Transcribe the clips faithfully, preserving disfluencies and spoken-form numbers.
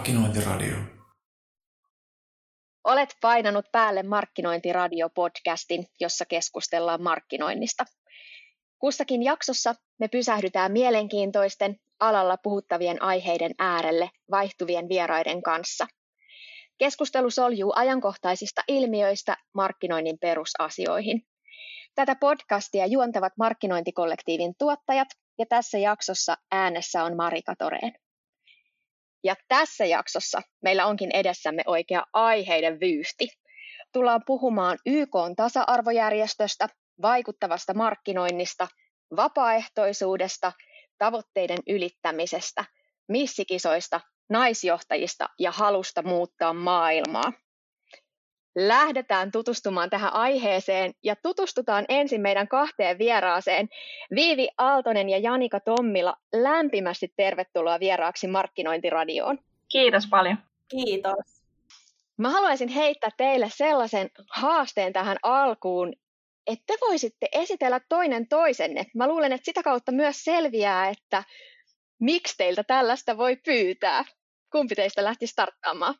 Markkinointiradio. Olet painanut päälle Markkinointiradio-podcastin, jossa keskustellaan markkinoinnista. Kussakin jaksossa me pysähdytään mielenkiintoisten, alalla puhuttavien aiheiden äärelle vaihtuvien vieraiden kanssa. Keskustelu soljuu ajankohtaisista ilmiöistä markkinoinnin perusasioihin. Tätä podcastia juontavat markkinointikollektiivin tuottajat, ja tässä jaksossa äänessä on Marika Thorén. Ja tässä jaksossa meillä onkin edessämme oikea aiheiden vyyhti. Tullaan puhumaan Y K:n tasa-arvojärjestöstä, vaikuttavasta markkinoinnista, vapaaehtoisuudesta, tavoitteiden ylittämisestä, missikisoista, naisjohtajista ja halusta muuttaa maailmaa. Lähdetään tutustumaan tähän aiheeseen ja tutustutaan ensin meidän kahteen vieraaseen. Viivi Aaltonen ja Janika Tommila, lämpimästi tervetuloa vieraaksi Markkinointiradioon. Kiitos paljon. Kiitos. Mä haluaisin heittää teille sellaisen haasteen tähän alkuun, että te voisitte esitellä toinen toisenne. Mä luulen, että sitä kautta myös selviää, että miksi teiltä tällaista voi pyytää. Kumpi teistä lähti starttaamaan?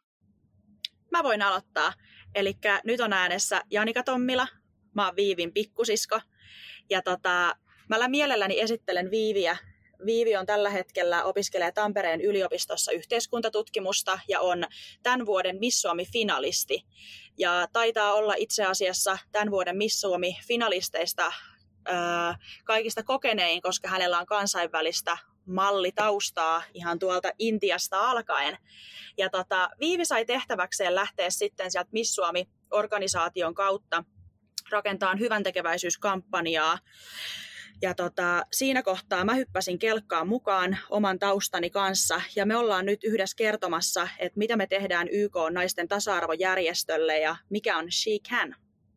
Mä voin aloittaa. Eli nyt on äänessä Janika Tommila, mä oon Viivin pikkusisko. Ja tota, mä mielelläni esittelen Viiviä. Viivi on tällä hetkellä, opiskelee Tampereen yliopistossa yhteiskuntatutkimusta ja on tämän vuoden Miss Suomi-finalisti. Ja taitaa olla itse asiassa tämän vuoden Miss Suomi-finalisteista ää, kaikista kokenein, koska hänellä on kansainvälistä mallitaustaa ihan tuolta Intiasta alkaen. Ja tota, Viivi sai tehtäväkseen lähteä sitten sieltä Miss Suomi-organisaation kautta rakentamaan hyväntekeväisyyskampanjaa. Ja tota, siinä kohtaa mä hyppäsin kelkkaan mukaan oman taustani kanssa, ja me ollaan nyt yhdessä kertomassa, että mitä me tehdään Y K:n naisten tasa-arvojärjestölle ja mikä on She Can.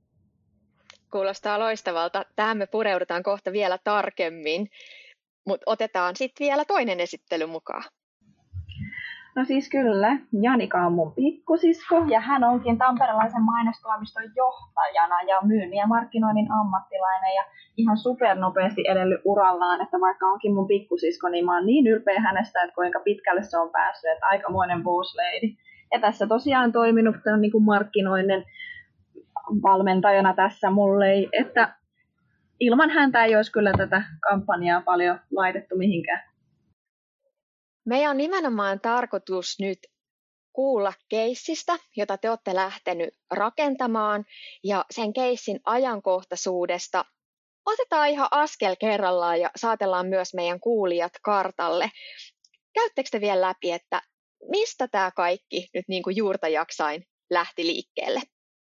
Kuulostaa loistavalta. Tähän me pureudutaan kohta vielä tarkemmin, mutta otetaan sitten vielä toinen esittely mukaan. No siis kyllä, Janika on mun pikkusisko ja hän onkin tamperelaisen mainostoimiston johtajana ja myynnin ja markkinoinnin ammattilainen ja ihan supernopeasti edellyt urallaan, että vaikka onkin mun pikkusisko, niin mä oon niin ylpeä hänestä, että kuinka pitkälle se on päässyt, että aikamoinen boss lady. Ja tässä tosiaan toiminut tämän niin kuin markkinoinnin valmentajana tässä mulle, että ilman häntä ei olisi kyllä tätä kampanjaa paljon laitettu mihinkään. Meidän on nimenomaan tarkoitus nyt kuulla keissistä, jota te olette lähtenyt rakentamaan, ja sen keissin ajankohtaisuudesta otetaan ihan askel kerrallaan ja saatellaan myös meidän kuulijat kartalle. Käyttekö te vielä läpi, että mistä tämä kaikki nyt niin kuin juurta jaksain lähti liikkeelle?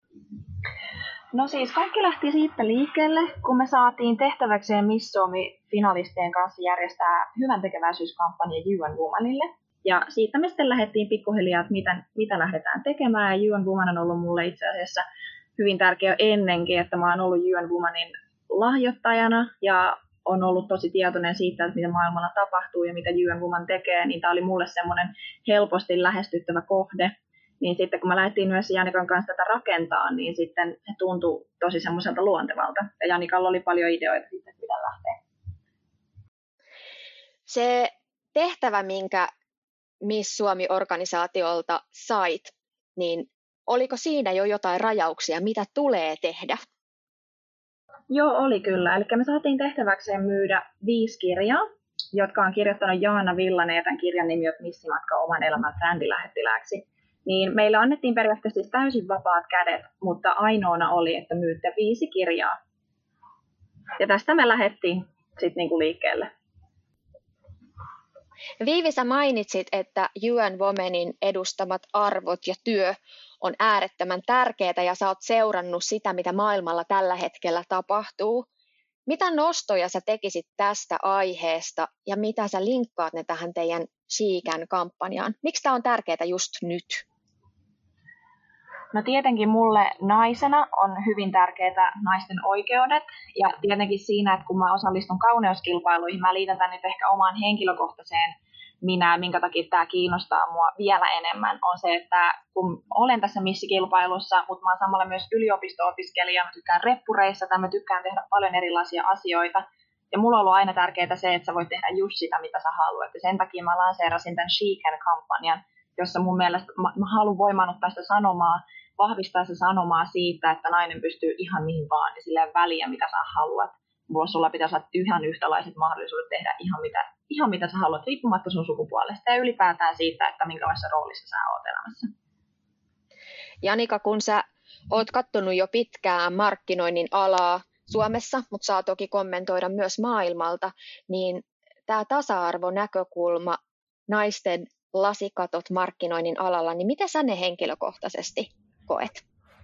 No siis kaikki lähti siitä liikkeelle, kun me saatiin tehtäväkseen Miss Suomi-finalistien kanssa järjestää hyväntekeväisyyskampanja U N Womanille. Ja siitä me sitten lähdettiin pikkuhiljaa, että mitä, mitä lähdetään tekemään. Ja U N Woman on ollut mulle itse asiassa hyvin tärkeä ennenkin, että mä oon ollut U N Womanin lahjoittajana ja on ollut tosi tietoinen siitä, että mitä maailmalla tapahtuu ja mitä U N Woman tekee. Niin tämä oli mulle semmoinen helposti lähestyttävä kohde. Niin sitten kun mä lähdettiin myös Janikan kanssa tätä rakentaa, niin sitten se tuntui tosi semmoiselta luontevalta. Ja Janikalla oli paljon ideoita sitten, mitä lähtee. Se tehtävä, minkä Miss Suomi-organisaatiolta sait, niin oliko siinä jo jotain rajauksia, mitä tulee tehdä? Joo, oli kyllä. Eli me saatiin tehtäväkseen myydä viisi kirjaa, jotka on kirjoittanut Jaana Villanen, ja tämän kirjan nimi on Missimatka oman elämän brändilähettilääksi. Niin meille annettiin periaatteessa siis täysin vapaat kädet, mutta ainoana oli, että myytte viisi kirjaa. Ja tästä me lähdettiin sitten niinku liikkeelle. Viivi, sä mainitsit, että U N Womanin edustamat arvot ja työ on äärettömän tärkeää ja sä oot seurannut sitä, mitä maailmalla tällä hetkellä tapahtuu. Mitä nostoja sä tekisit tästä aiheesta ja mitä sä linkkaat ne tähän teidän She Can-kampanjaan? Miksi tämä on tärkeää just nyt? No tietenkin mulle naisena on hyvin tärkeää naisten oikeudet. Ja tietenkin siinä, että kun mä osallistun kauneuskilpailuihin, mä liitän tämän nyt ehkä omaan henkilökohtaiseen minä, minkä takia tämä kiinnostaa mua vielä enemmän, on se, että kun olen tässä missikilpailussa, mutta mä oon samalla myös yliopisto-opiskelija, mä tykkään reppureissa, tai mä tykkään tehdä paljon erilaisia asioita. Ja mulla on ollut aina tärkeää se, että sä voit tehdä just sitä, mitä sä haluat. Ja sen takia mä lanseerasin tämän She Can-kampanjan, jossa mun mielestä mä, mä haluan voimaannuttaa sitä sanomaa, vahvistaa se sanomaa siitä, että nainen pystyy ihan mihin vaan, ja sillä ei väliä, mitä sä haluat. Mulla sulla pitäisi olla ihan yhtälaiset mahdollisuudet tehdä ihan mitä, ihan mitä sä haluat, riippumatta sun sukupuolesta ja ylipäätään siitä, että minkälaisessa roolissa sä oot elämässä. Janika, kun sä oot katsonut jo pitkään markkinoinnin alaa Suomessa, mutta saa toki kommentoida myös maailmalta, niin tämä tasa-arvonäkökulma, naisten lasikatot markkinoinnin alalla, niin miten sä ne henkilökohtaisesti koet?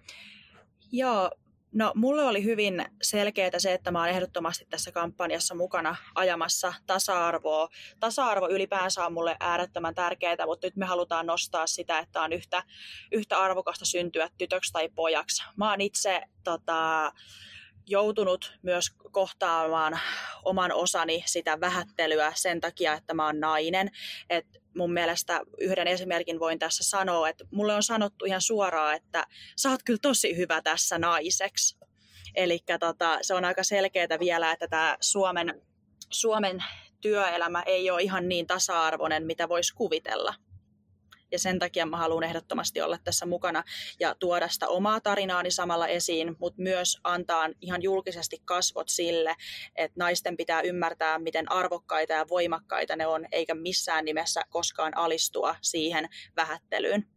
Joo, no mulle oli hyvin selkeää se, että mä oon ehdottomasti tässä kampanjassa mukana ajamassa tasa-arvoa. Tasa-arvo ylipäänsä on mulle äärettömän tärkeää, mutta nyt me halutaan nostaa sitä, että on yhtä, yhtä arvokasta syntyä tytöksi tai pojaksi. Mä oon itse tota, joutunut myös kohtaamaan oman osani sitä vähättelyä sen takia, että mä oon nainen. Et mun mielestä yhden esimerkin voin tässä sanoa, että mulle on sanottu ihan suoraan, että sä oot kyllä tosi hyvä tässä naiseksi. Eli tota, se on aika selkeää vielä, että tämä Suomen, Suomen työelämä ei ole ihan niin tasa-arvoinen, mitä voisi kuvitella. Ja sen takia mä haluan ehdottomasti olla tässä mukana ja tuoda sitä omaa tarinaani samalla esiin, mutta myös antaa ihan julkisesti kasvot sille, että naisten pitää ymmärtää, miten arvokkaita ja voimakkaita ne on, eikä missään nimessä koskaan alistua siihen vähättelyyn.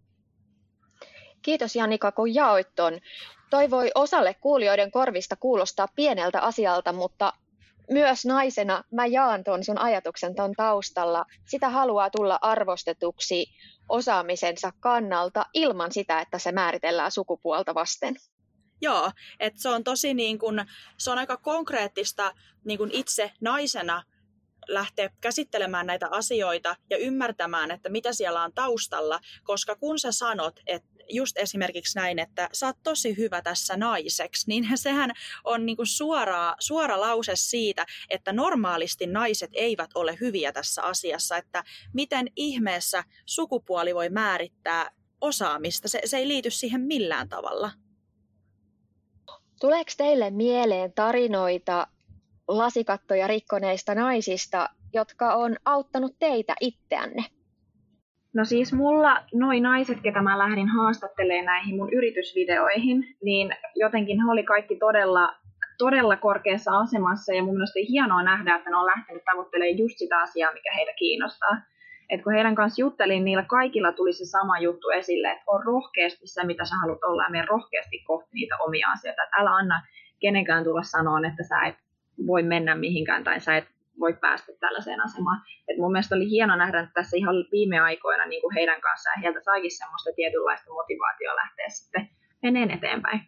Kiitos Janika, kun jaoit ton. Toi voi osalle kuulijoiden korvista kuulostaa pieneltä asialta, mutta myös naisena mä jaan ton sun ajatuksen ton taustalla. Sitä haluaa tulla arvostetuksi osaamisensa kannalta ilman sitä, että se määritellään sukupuolta vasten. Joo, että se on tosi niin kun, se on aika konkreettista niin kun itse naisena lähteä käsittelemään näitä asioita ja ymmärtämään, että mitä siellä on taustalla, koska kun sä sanot, että just esimerkiksi näin, että sä oot tosi hyvä tässä naiseksi, niin sehän on niinku suora, suora lause siitä, että normaalisti naiset eivät ole hyviä tässä asiassa, että miten ihmeessä sukupuoli voi määrittää osaamista, se, se ei liity siihen millään tavalla. Tuleeko teille mieleen tarinoita lasikattoja rikkoneista naisista, jotka on auttanut teitä itseänne? No siis mulla noi naiset, ketä mä lähdin haastattelemaan näihin mun yritysvideoihin, niin jotenkin he oli kaikki todella, todella korkeassa asemassa ja mun mielestä oli hienoa nähdä, että ne on lähtenyt tavoittelemaan just sitä asiaa, mikä heitä kiinnostaa. Et kun heidän kanssa juttelin, niillä kaikilla tuli se sama juttu esille, että on rohkeasti se, mitä sä haluat olla ja mene rohkeasti kohti niitä omia asioita. Et älä anna kenenkään tulla sanoa, että sä et voi mennä mihinkään tai sä et voi päästä tällaiseen asemaan. Et mun mielestä oli hieno nähdä että tässä ihan viime aikoina niin kuin heidän kanssaan ja heiltä saikin semmoista tietynlaista motivaatiota lähteä sitten meneen eteenpäin.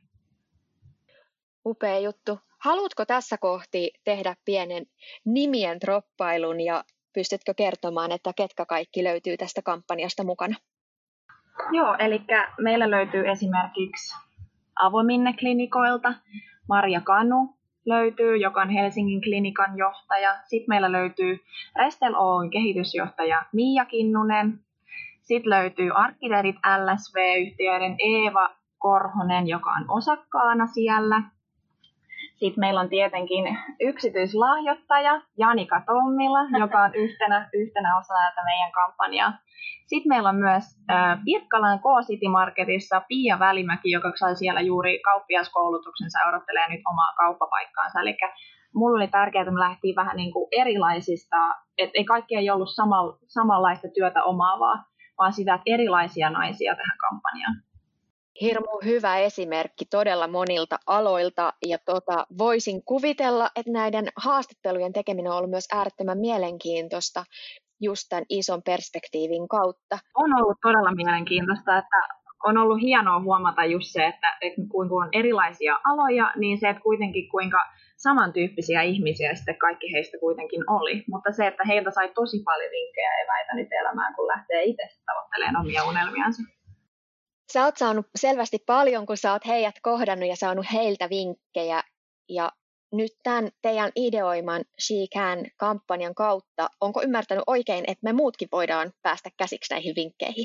Upea juttu. Haluatko tässä kohti tehdä pienen nimien droppailun ja pystytkö kertomaan, että ketkä kaikki löytyy tästä kampanjasta mukana? Joo, eli meillä löytyy esimerkiksi Avominne-klinikoilta Marja Kanu löytyy, joka on Helsingin klinikan johtaja. Sitten meillä löytyy Restel Oyn kehitysjohtaja Miia Kinnunen. Sitten löytyy Arkkitehdit L S V-yhtiöiden Eeva Korhonen, joka on osakkaana siellä. Sitten meillä on tietenkin yksityislahjoittaja Janika Tommila, joka on yhtenä, yhtenä osana tätä meidän kampanjaa. Sitten meillä on myös äh, Pirkkalan K-City Marketissa Pia Välimäki, joka sai siellä juuri kauppiaskoulutuksensa ja odottelee nyt omaa kauppapaikkaansa. Eli mulla oli tärkeää, että me lähdettiin vähän niin kuin erilaisista, että ei kaikki ei ollut sama, samanlaista työtä omaavaa, vaan sitä, että erilaisia naisia tähän kampanjaan. Hirmu hyvä esimerkki todella monilta aloilta ja tota, voisin kuvitella, että näiden haastattelujen tekeminen on ollut myös äärettömän mielenkiintoista just tämän ison perspektiivin kautta. On ollut todella mielenkiintoista, että on ollut hienoa huomata just se, että, että kuinka on erilaisia aloja, niin se, että kuitenkin kuinka samantyyppisiä ihmisiä sitten kaikki heistä kuitenkin oli. Mutta se, että heiltä sai tosi paljon vinkkejä ja eväitä nyt elämään, kun lähtee itse tavoittelemaan omia unelmiansa. Sä oot saanut selvästi paljon, kun sä oot heidät kohdannut ja saanut heiltä vinkkejä. Ja nyt tämän teidän ideoiman She Can-kampanjan kautta, onko ymmärtänyt oikein, että me muutkin voidaan päästä käsiksi näihin vinkkeihin?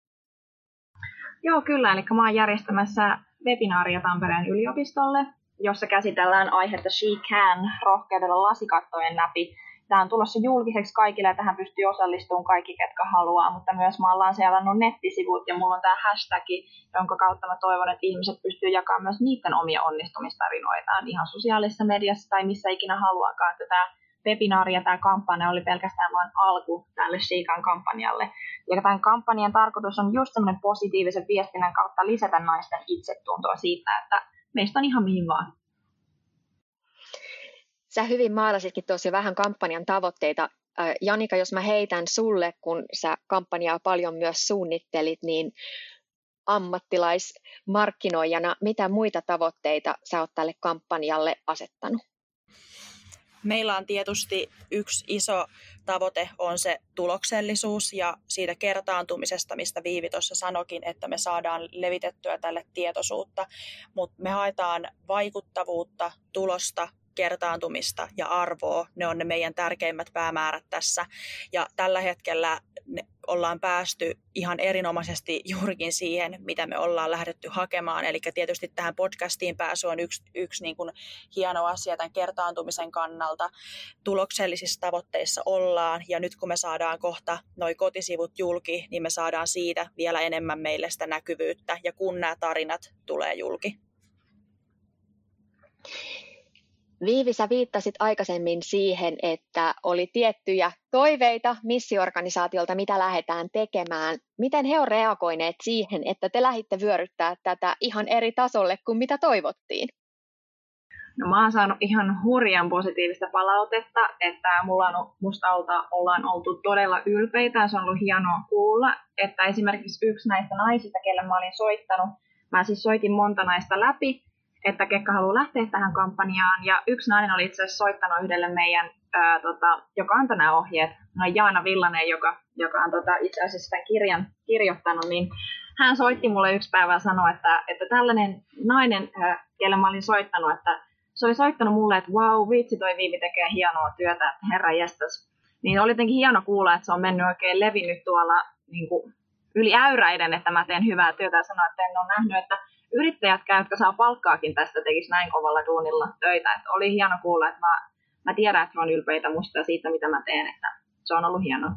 Joo, kyllä. Eli mä oon järjestämässä webinaaria Tampereen yliopistolle, jossa käsitellään aihetta She Can rohkeudella lasikattojen läpi. tämä on tulossa julkiseksi kaikille ja tähän pystyy osallistumaan kaikki, ketkä haluaa, mutta myös mä oon lanseerannut nettisivut ja mulla on tämä hashtag, jonka kautta mä toivon, että ihmiset pystyy jakamaan myös niiden omia onnistumistarinoitaan ihan sosiaalisessa mediassa tai missä ikinä haluakaan, että tämä webinaari ja tämä kampanja oli pelkästään vain alku tälle Chican kampanjalle. Ja tämän kampanjan tarkoitus on just semmoinen positiivisen viestinnän kautta lisätä naisten itsetuntoa siitä, että meistä on ihan mihin vaan. Sä hyvin maalasitkin tuossa vähän kampanjan tavoitteita. Janika, jos mä heitän sulle, kun sä kampanjaa paljon myös suunnittelit, niin ammattilaismarkkinoijana, mitä muita tavoitteita sä oot tälle kampanjalle asettanut? Meillä on tietysti yksi iso tavoite on se tuloksellisuus ja siitä kertaantumisesta, mistä Viivi tuossa sanokin, että me saadaan levitettyä tälle tietoisuutta, mutta me haetaan vaikuttavuutta, tulosta, kertaantumista ja arvoa. Ne on ne meidän tärkeimmät päämäärät tässä. Ja tällä hetkellä ne ollaan päästy ihan erinomaisesti juurikin siihen, mitä me ollaan lähdetty hakemaan. Eli tietysti tähän podcastiin pääsy on yksi, yksi niin kuin hieno asia tämän kertaantumisen kannalta. Tuloksellisissa tavoitteissa ollaan. Ja nyt kun me saadaan kohta noi kotisivut julki, niin me saadaan siitä vielä enemmän meille sitä näkyvyyttä. Ja kun nämä tarinat tulee julki. Viivi, sä viittasit aikaisemmin siihen, että oli tiettyjä toiveita missiorganisaatiolta, mitä lähdetään tekemään. Miten he on reagoineet siihen, että te lähditte vyöryttää tätä ihan eri tasolle kuin mitä toivottiin? No mä oon saanut ihan hurjan positiivista palautetta, että mulla on, musta alta ollaan oltu todella ylpeitä. Se on ollut hienoa kuulla, että esimerkiksi yksi näistä naisista, kelle mä olin soittanut, mä siis soitin monta naista läpi, että ketkä haluaa lähteä tähän kampanjaan. Ja yksi nainen oli itse asiassa soittanut yhdelle meidän, ää, tota, joka antoi nämä ohjeet, no Jaana Villanen, joka, joka on tota, itse asiassa tämän kirjan kirjoittanut, niin hän soitti mulle yksi päivä ja sanoi, että, että tällainen nainen, ää, kelle mä olin soittanut, että se oli soittanut mulle, että vau, vitsi toi Viivi tekee hienoa työtä, herra jestas. Niin oli jotenkin hieno kuulla, että se on mennyt oikein levinnyt tuolla niin kuin yli äyräiden, että mä teen hyvää työtä ja sanoin, että en ole nähnyt, että yrittäjätkään, jotka saa palkkaakin tästä, tekisi näin kovalla duunilla töitä. Että oli hieno kuulla, että mä, mä tiedän, että he on ylpeitä musta ja siitä, mitä mä teen. Että se on ollut hienoa.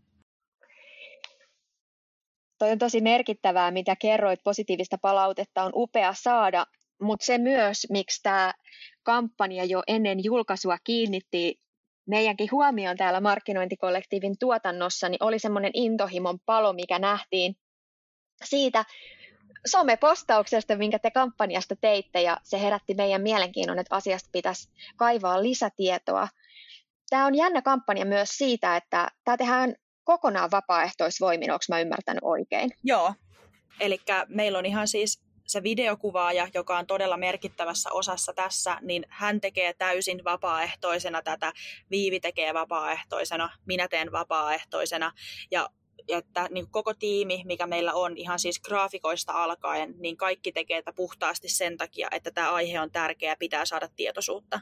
Toi on tosi merkittävää, mitä kerroit, positiivista palautetta on upea saada, mutta se myös, miksi tämä kampanja jo ennen julkaisua kiinnitti meidänkin huomioon täällä markkinointikollektiivin tuotannossa, niin oli semmoinen intohimon palo, mikä nähtiin siitä somepostauksesta, minkä te kampanjasta teitte, ja se herätti meidän mielenkiinnon, että asiasta pitäisi kaivaa lisätietoa. Tämä on jännä kampanja myös siitä, että tämä tehdään kokonaan vapaaehtoisvoimin, onko mä ymmärtänyt oikein? Joo, eli meillä on ihan siis se videokuvaaja, joka on todella merkittävässä osassa tässä, niin hän tekee täysin vapaaehtoisena tätä, Viivi tekee vapaaehtoisena, minä teen vapaaehtoisena, ja että niin koko tiimi, mikä meillä on ihan siis graafikoista alkaen, niin kaikki tekee tätä puhtaasti sen takia, että tämä aihe on tärkeä ja pitää saada tietoisuutta.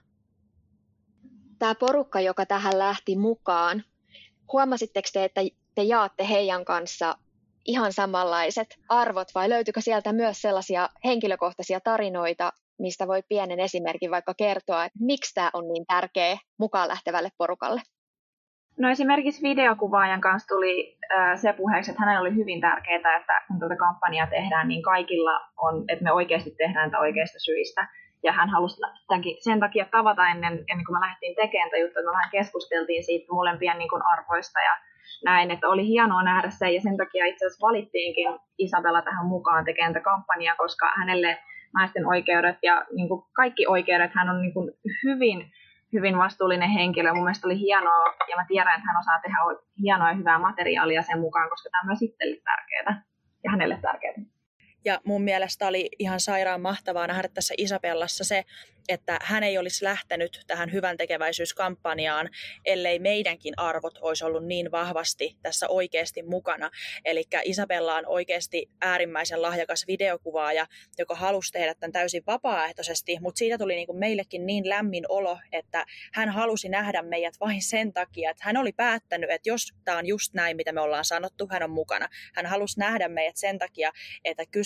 Tämä porukka, joka tähän lähti mukaan, huomasitteko te, että te jaatte heidän kanssa ihan samanlaiset arvot, vai löytyykö sieltä myös sellaisia henkilökohtaisia tarinoita, mistä voi pienen esimerkin vaikka kertoa, että miksi tämä on niin tärkeä mukaan lähtevälle porukalle? No esimerkiksi videokuvaajan kanssa tuli äh, se puheeksi, että hänelle oli hyvin tärkeää, että kun tuota kampanjaa tehdään, niin kaikilla on, että me oikeasti tehdään tätä oikeista syistä. Ja hän halusi sen takia tavata ennen, ennen kuin me lähdettiin tekemään tätä juttua, että me vähän keskusteltiin siitä molempien niin kuin arvoista ja näin, että oli hienoa nähdä se. Ja sen takia itse asiassa valittiinkin Isabella tähän mukaan tekemään tätä kampanjaa, koska hänelle naisten oikeudet ja niin kuin kaikki oikeudet, hän on niin kuin hyvin... hyvin vastuullinen henkilö. Mun mielestä oli hienoa, ja mä tiedän, että hän osaa tehdä hienoa ja hyvää materiaalia sen mukaan, koska tämä on myös itselle tärkeää ja hänelle tärkeää. Ja mun mielestä oli ihan sairaan mahtavaa nähdä tässä Isabellassa se, että hän ei olisi lähtenyt tähän hyvän tekeväisyyskampanjaan, ellei meidänkin arvot olisi ollut niin vahvasti tässä oikeasti mukana. Eli Isabella on oikeasti äärimmäisen lahjakas videokuvaaja, joka halusi tehdä tämän täysin vapaaehtoisesti, mutta siitä tuli niin kuin meillekin niin lämmin olo, että hän halusi nähdä meidät vain sen takia, että hän oli päättänyt, että jos tämä on just näin, mitä me ollaan sanottu, hän on mukana. Hän halusi nähdä meidät sen takia, että kyse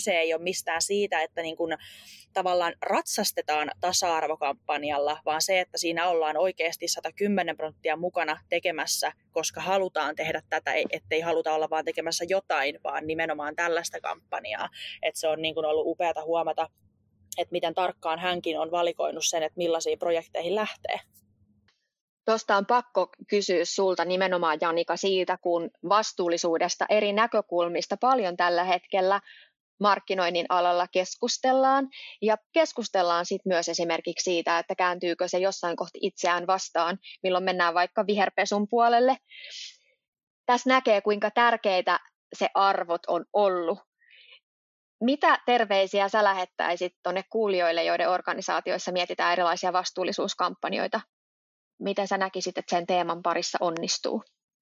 kyse ei ole mistään siitä, että niin kuin tavallaan ratsastetaan tasa-arvokampanjalla, vaan se, että siinä ollaan oikeasti sata kymmenen prosenttia mukana tekemässä, koska halutaan tehdä tätä, ettei haluta olla vaan tekemässä jotain, vaan nimenomaan tällaista kampanjaa. Että se on niin kuin ollut upeata huomata, että miten tarkkaan hänkin on valikoinut sen, että millaisiin projekteihin lähtee. Tuosta on pakko kysyä sulta nimenomaan, Janika, siitä, kun vastuullisuudesta eri näkökulmista paljon tällä hetkellä markkinoinnin alalla keskustellaan. Ja keskustellaan sitten myös esimerkiksi siitä, että kääntyykö se jossain kohti itseään vastaan, milloin mennään vaikka viherpesun puolelle. Tässä näkee, kuinka tärkeitä se arvot on ollut. Mitä terveisiä sä lähettäisit tuonne kuulijoille, joiden organisaatioissa mietitään erilaisia vastuullisuuskampanjoita? Miten sä näkisit, että sen teeman parissa onnistuu?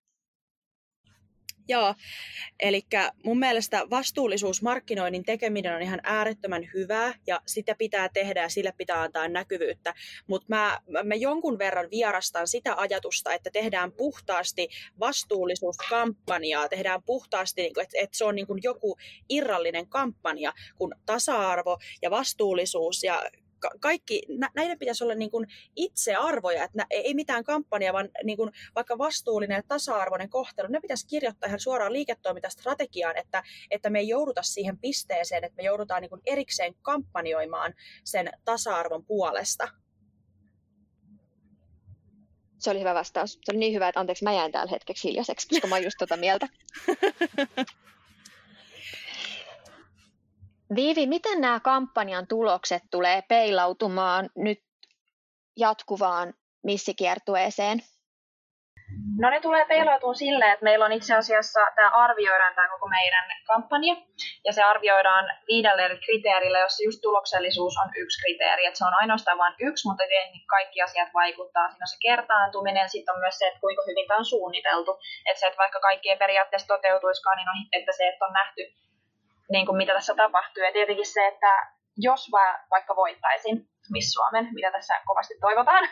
Joo, eli mun mielestä vastuullisuusmarkkinoinnin tekeminen on ihan äärettömän hyvää ja sitä pitää tehdä ja sille pitää antaa näkyvyyttä. Mutta mä, mä jonkun verran vierastan sitä ajatusta, että tehdään puhtaasti vastuullisuuskampanjaa, tehdään puhtaasti, että, että se on niin kuin joku irrallinen kampanja, kun tasa-arvo ja vastuullisuus ja kaikki, näiden pitäisi olla niin kuin itsearvoja, että ei mitään kampanjaa, vaan niin kuin vaikka vastuullinen ja tasa-arvoinen kohtelu, ne pitäisi kirjoittaa ihan suoraan liiketoimintastrategiaan, että, että me ei jouduta siihen pisteeseen, että me joudutaan niin kuin erikseen kampanjoimaan sen tasa-arvon puolesta. Se oli hyvä vastaus. Se oli niin hyvä, että anteeksi, mä jäin täällä hetkeksi hiljaiseksi, koska mä oon just tota mieltä. Viivi, miten nämä kampanjan tulokset tulee peilautumaan nyt jatkuvaan missikiertueeseen? No ne tulee peilautumaan silleen, että meillä on itse asiassa, tämä arvioidaan tämä koko meidän kampanja, ja se arvioidaan viidellä eri kriteerillä, jossa just tuloksellisuus on yksi kriteeri, että se on ainoastaan vain yksi, mutta tietenkin kaikki asiat vaikuttaa. Siinä on se kertaantuminen, sitten on myös se, että kuinka hyvin tämä on suunniteltu, että se, että vaikka kaikki ei periaatteessa toteutuisikaan, niin on, että se, että on nähty niin kuin mitä tässä tapahtuu. Ja tietenkin se, että jos va- vaikka voittaisin Miss Suomen, mitä tässä kovasti toivotaan,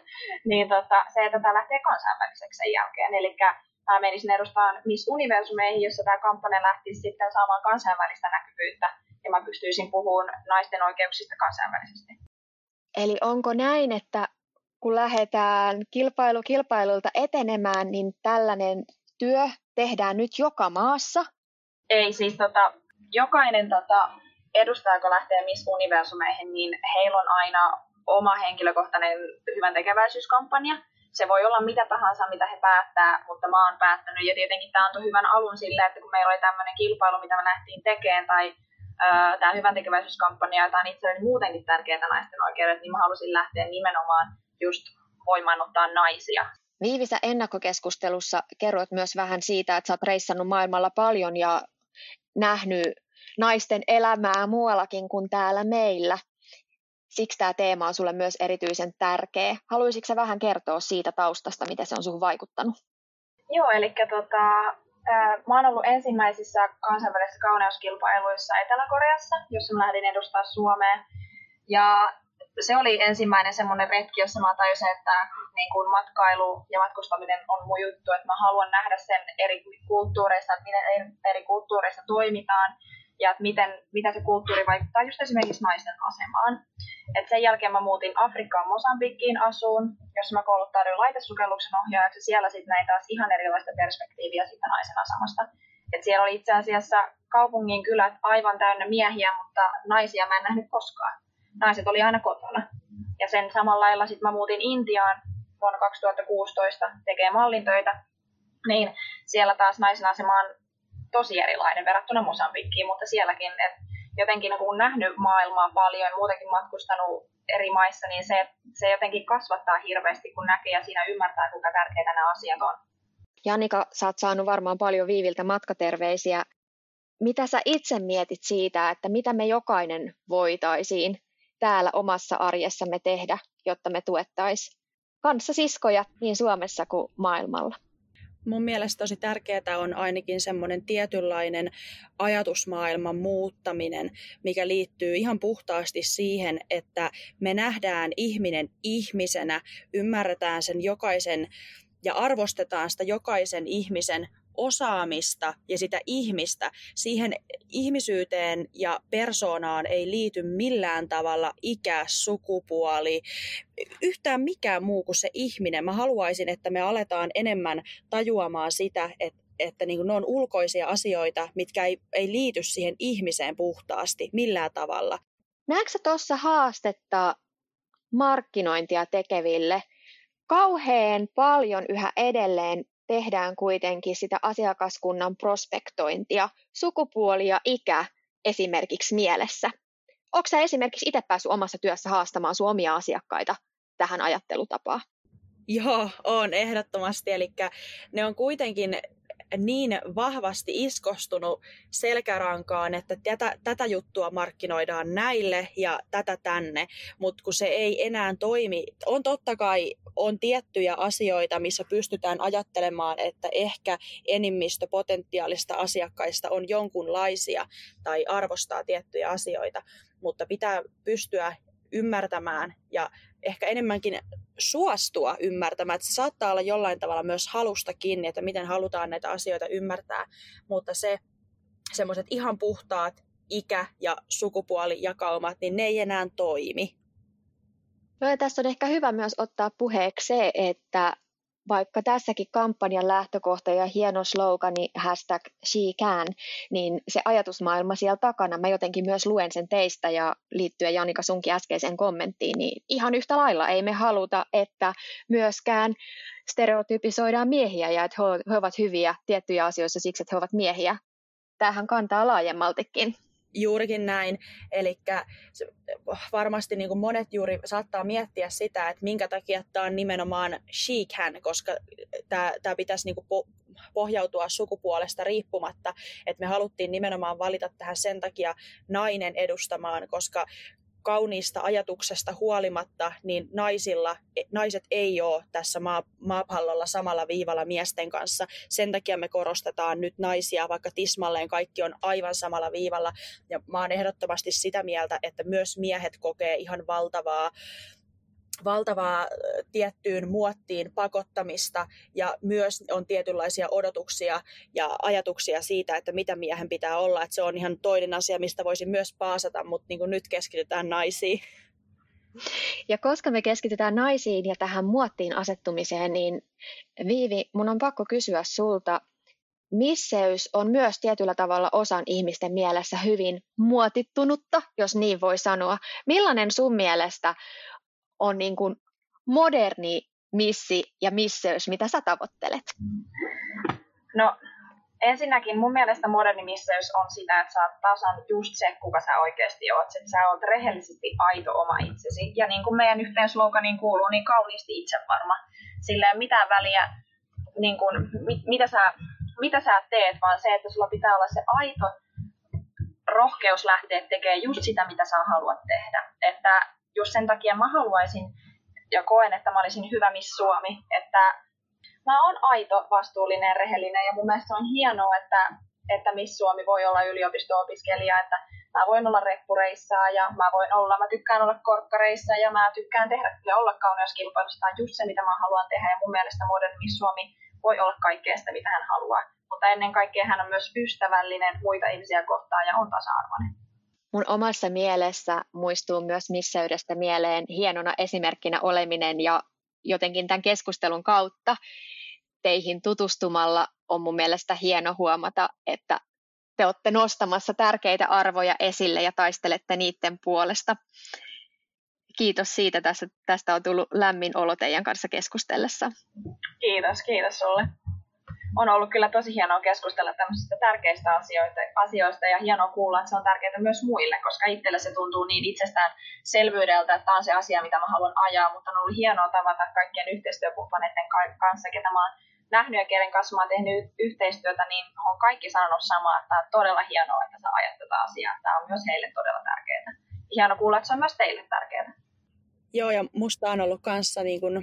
niin tota, se, että tämä lähtee kansainväliseksi sen jälkeen. Eli mä menisin edustamaan Miss Universumeihin, jossa tämä kampanja lähtisi sitten saamaan kansainvälistä näkyvyyttä, ja mä pystyisin puhumaan naisten oikeuksista kansainvälisesti. Eli onko näin, että kun lähdetään kilpailu kilpailulta etenemään, niin tällainen työ tehdään nyt joka maassa? Ei, siis tota, jokainen tota, edustaja, kun lähtee Miss Universumeihin, niin heillä on aina oma henkilökohtainen hyvän tekeväisyyskampanja. Se voi olla mitä tahansa, mitä he päättää, mutta mä oon päättänyt. Ja tietenkin tämä antoi hyvän alun sille, että kun meillä oli tämmöinen kilpailu, mitä me lähtiin tekemään, tai äh, tämä hyvän tekeväisyyskampanja, jota on itselleni muutenkin tärkeää naisten oikeudet, niin mä halusin lähteä nimenomaan just voimaannuttaa naisia. Viivi, sä ennakkokeskustelussa kerroit myös vähän siitä, että sä oot reissannut maailmalla paljon ja nähnyt naisten elämää muuallakin kuin täällä meillä. Siksi tämä teema on sulle myös erityisen tärkeä. Haluaisitko sä vähän kertoa siitä taustasta, miten se on suhun vaikuttanut? Joo, eli tota, äh, mä oon ollut ensimmäisissä kansainvälisissä kauneuskilpailuissa Etelä-Koreassa, jossa mä lähdin edustaa Suomea. Ja se oli ensimmäinen semmoinen retki, jossa mä tajusin, että niin kuin matkailu ja matkustaminen on mun juttu, että mä haluan nähdä sen eri kulttuureissa, että miten eri, eri kulttuureissa toimitaan ja että miten, mitä se kulttuuri vaikuttaa just esimerkiksi naisten asemaan. Et sen jälkeen mä muutin Afrikkaan Mosambikkiin asuun, jossa mä kouluttauduin laitesukelluksen ohjaajaksi. Siellä sitten näin taas ihan erilaista perspektiiviä siitä naisen asemasta. Et siellä oli itse asiassa kaupungin kylät aivan täynnä miehiä, mutta naisia mä en nähnyt koskaan. Naiset oli aina kotona. Ja sen samalla lailla sitten mä muutin Intiaan vuonna kaksituhattakuusitoista tekee mallintöitä. Niin siellä taas naisen asema on tosi erilainen verrattuna Mosambikkiin, mutta sielläkin, että jotenkin kun on nähnyt maailmaa paljon, muutenkin matkustanut eri maissa, niin se, se jotenkin kasvattaa hirveästi, kun näkee ja siinä ymmärtää, kuinka tärkeitä nämä asiat on. Janika, sä oot saanut varmaan paljon Viiviltä matkaterveisiä. Mitä sä itse mietit siitä, että mitä me jokainen voitaisiin täällä omassa arjessamme tehdä, jotta me tuettaisiin kanssasiskoja niin Suomessa kuin maailmalla? Mun mielestä tosi tärkeää on ainakin semmoinen tietynlainen ajatusmaailman muuttaminen, mikä liittyy ihan puhtaasti siihen, että me nähdään ihminen ihmisenä, ymmärretään sen jokaisen ja arvostetaan sitä jokaisen ihmisen osaamista ja sitä ihmistä. Siihen ihmisyyteen ja persoonaan ei liity millään tavalla ikä, sukupuoli, yhtään mikään muu kuin se ihminen. Mä haluaisin, että me aletaan enemmän tajuamaan sitä, että että niin kuin ne on ulkoisia asioita, mitkä ei, ei liity siihen ihmiseen puhtaasti millään tavalla. Näetkö sä tuossa haastetta markkinointia tekeville? Kauhean paljon yhä edelleen tehdään kuitenkin sitä asiakaskunnan prospektointia, sukupuoli ja ikä esimerkiksi mielessä. Onko sä esimerkiksi itse päässyt omassa työssä haastamaan sun omia asiakkaita tähän ajattelutapaan? Joo, on ehdottomasti. Eli ne on kuitenkin niin vahvasti iskostunut selkärankaan, että tätä, tätä juttua markkinoidaan näille ja tätä tänne, mutta kun se ei enää toimi, on totta kai on tiettyjä asioita, missä pystytään ajattelemaan, että ehkä enimmistö potentiaalista asiakkaista on jonkunlaisia tai arvostaa tiettyjä asioita, mutta pitää pystyä ymmärtämään ja ehkä enemmänkin suostua ymmärtämään, että se saattaa olla jollain tavalla myös halusta kiinni, että miten halutaan näitä asioita ymmärtää, mutta se semmoiset ihan puhtaat ikä- ja sukupuolijakaumat, niin ne ei enää toimi. No ja tässä on ehkä hyvä myös ottaa puheeksi se, että vaikka tässäkin kampanjan lähtökohta ja hieno slogani hashtag SheCan, niin se ajatusmaailma siellä takana, mä jotenkin myös luen sen teistä ja liittyen Janika sunkin äskeiseen kommenttiin, niin ihan yhtä lailla ei me haluta, että myöskään stereotypisoidaan miehiä ja että he ovat hyviä tiettyjä asioissa siksi, että he ovat miehiä. Tämähän kantaa laajemmaltikin. Juurikin näin. Eli varmasti niin kuin monet juuri saattaa miettiä sitä, että minkä takia tämä on nimenomaan SheCan, koska tämä, tämä pitäisi niin kuin pohjautua sukupuolesta riippumatta. Että me haluttiin nimenomaan valita tähän sen takia nainen edustamaan, koska kauniista ajatuksesta huolimatta, niin naisilla, naiset ei ole tässä maa, maapallolla samalla viivalla miesten kanssa. Sen takia me korostetaan nyt naisia, vaikka tismalleen kaikki on aivan samalla viivalla. Ja mä oon ehdottomasti sitä mieltä, että myös miehet kokee ihan valtavaa, valtavaa tiettyyn muottiin pakottamista ja myös on tietynlaisia odotuksia ja ajatuksia siitä, että mitä miehen pitää olla. Että se on ihan toinen asia, mistä voisin myös paasata, mutta niin kuin nyt keskitytään naisiin. Ja koska me keskitytään naisiin ja tähän muottiin asettumiseen, niin Viivi, mun on pakko kysyä sulta, misseys on myös tietyllä tavalla osan ihmisten mielessä hyvin muotittunutta, jos niin voi sanoa. Millainen sun mielestä on niin kuin moderni missi ja misseys, mitä sä tavoittelet? No ensinnäkin mun mielestä moderni misseys on sitä, että sä oot tasan just se, kuka sä oikeasti oot. Että sä oot rehellisesti aito oma itsesi. Ja niin kuin meidän yhteen sloganiin kuuluu, niin kauniisti itsevarma. Sillä ei ole mitään väliä, niin kuin, mit, mitä, sä, mitä sä teet, vaan se, että sulla pitää olla se aito rohkeus lähteä tekemään just sitä, mitä sä haluat tehdä. Että just sen takia mä haluaisin ja koen, että mä olisin hyvä Miss Suomi, että mä oon aito, vastuullinen, rehellinen ja mun mielestä on hienoa, että, että Miss Suomi voi olla yliopisto-opiskelija, että mä voin olla reppureissa ja mä voin olla, mä tykkään olla korkkareissa ja mä tykkään tehdä ja olla kauneuskilpailussa. Tämä on just se, mitä mä haluan tehdä ja mun mielestä moderni Miss Suomi voi olla kaikkea sitä, mitä hän haluaa. Mutta ennen kaikkea hän on myös ystävällinen muita ihmisiä kohtaan ja on tasa-arvoinen. Mun omassa mielessä muistuu myös misseydestä mieleen hienona esimerkkinä oleminen ja jotenkin tämän keskustelun kautta teihin tutustumalla on mun mielestä hieno huomata, että te olette nostamassa tärkeitä arvoja esille ja taistelette niiden puolesta. Kiitos siitä, tästä, tästä on tullut lämmin olo teidän kanssa keskustellessa. Kiitos, kiitos sulle. On ollut kyllä tosi hienoa keskustella tämmöisistä tärkeistä asioista, asioista ja hienoa kuulla, että se on tärkeää myös muille, koska itselle se tuntuu niin itsestäänselvyydeltä, että tämä on se asia, mitä mä haluan ajaa, mutta on ollut hienoa tavata kaikkien yhteistyökumppaneiden kanssa, ketä mä oon nähnyt ja kenen kanssa mä oon tehnyt yhteistyötä, niin on kaikki sanonut samaa, että tämä on todella hienoa, että sä ajat tätä asiaa. Tämä on myös heille todella tärkeää. Hienoa kuulla, että se on myös teille tärkeää. Joo, ja musta on ollut kanssa niin kun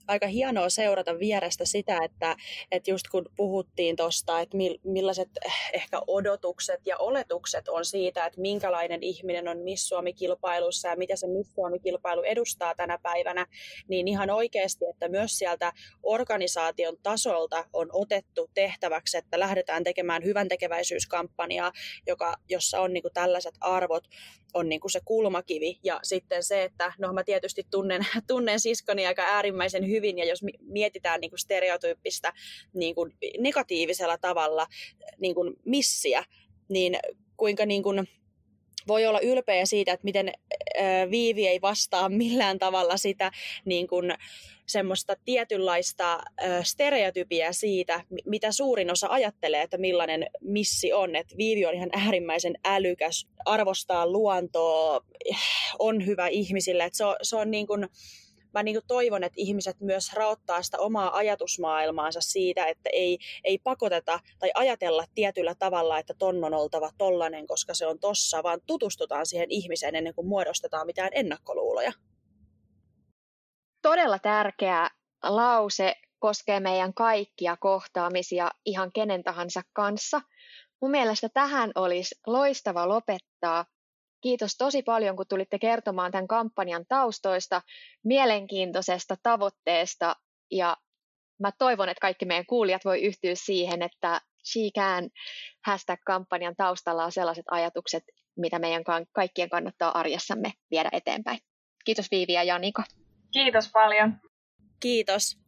aika hienoa seurata vierestä sitä, että, että just kun puhuttiin tuosta, että millaiset ehkä odotukset ja oletukset on siitä, että minkälainen ihminen on Miss Suomi-kilpailussa ja mitä se Miss Suomi-kilpailu edustaa tänä päivänä, niin ihan oikeasti, että myös sieltä organisaation tasolta on otettu tehtäväksi, että lähdetään tekemään hyvän tekeväisyyskampanjaa, joka, jossa on niin kuin tällaiset arvot, on niin kuin se kulmakivi. Ja sitten se, että no mä tietysti tunnen, tunnen siskoni aika äärimmäisen hyvin, ja jos mietitään niin kuin stereotyyppistä niin kuin negatiivisella tavalla niin kuin missiä, niin kuinka niin kuin voi olla ylpeä siitä, että miten Viivi ei vastaa millään tavalla sitä niin kuin semmoista tietynlaista stereotypiä siitä, mitä suurin osa ajattelee, että millainen missi on. Että Viivi on ihan äärimmäisen älykäs, arvostaa luontoa, on hyvä ihmisille. Että se on, se on niin kuin, mä niin kuin toivon, että ihmiset myös raottaa sitä omaa ajatusmaailmaansa siitä, että ei, ei pakoteta tai ajatella tietyllä tavalla, että ton on oltava tollanen, koska se on tossa, vaan tutustutaan siihen ihmiseen ennen kuin muodostetaan mitään ennakkoluuloja. Todella tärkeä lause, koskee meidän kaikkia kohtaamisia ihan kenen tahansa kanssa. Mun mielestä tähän olisi loistava lopettaa. Kiitos tosi paljon, kun tulitte kertomaan tämän kampanjan taustoista, mielenkiintoisesta tavoitteesta, ja mä toivon, että kaikki meidän kuulijat voi yhtyä siihen, että She Can hashtag-kampanjan taustalla on sellaiset ajatukset, mitä meidän kaikkien kannattaa arjessamme viedä eteenpäin. Kiitos Viivi ja Janika. Kiitos paljon. Kiitos.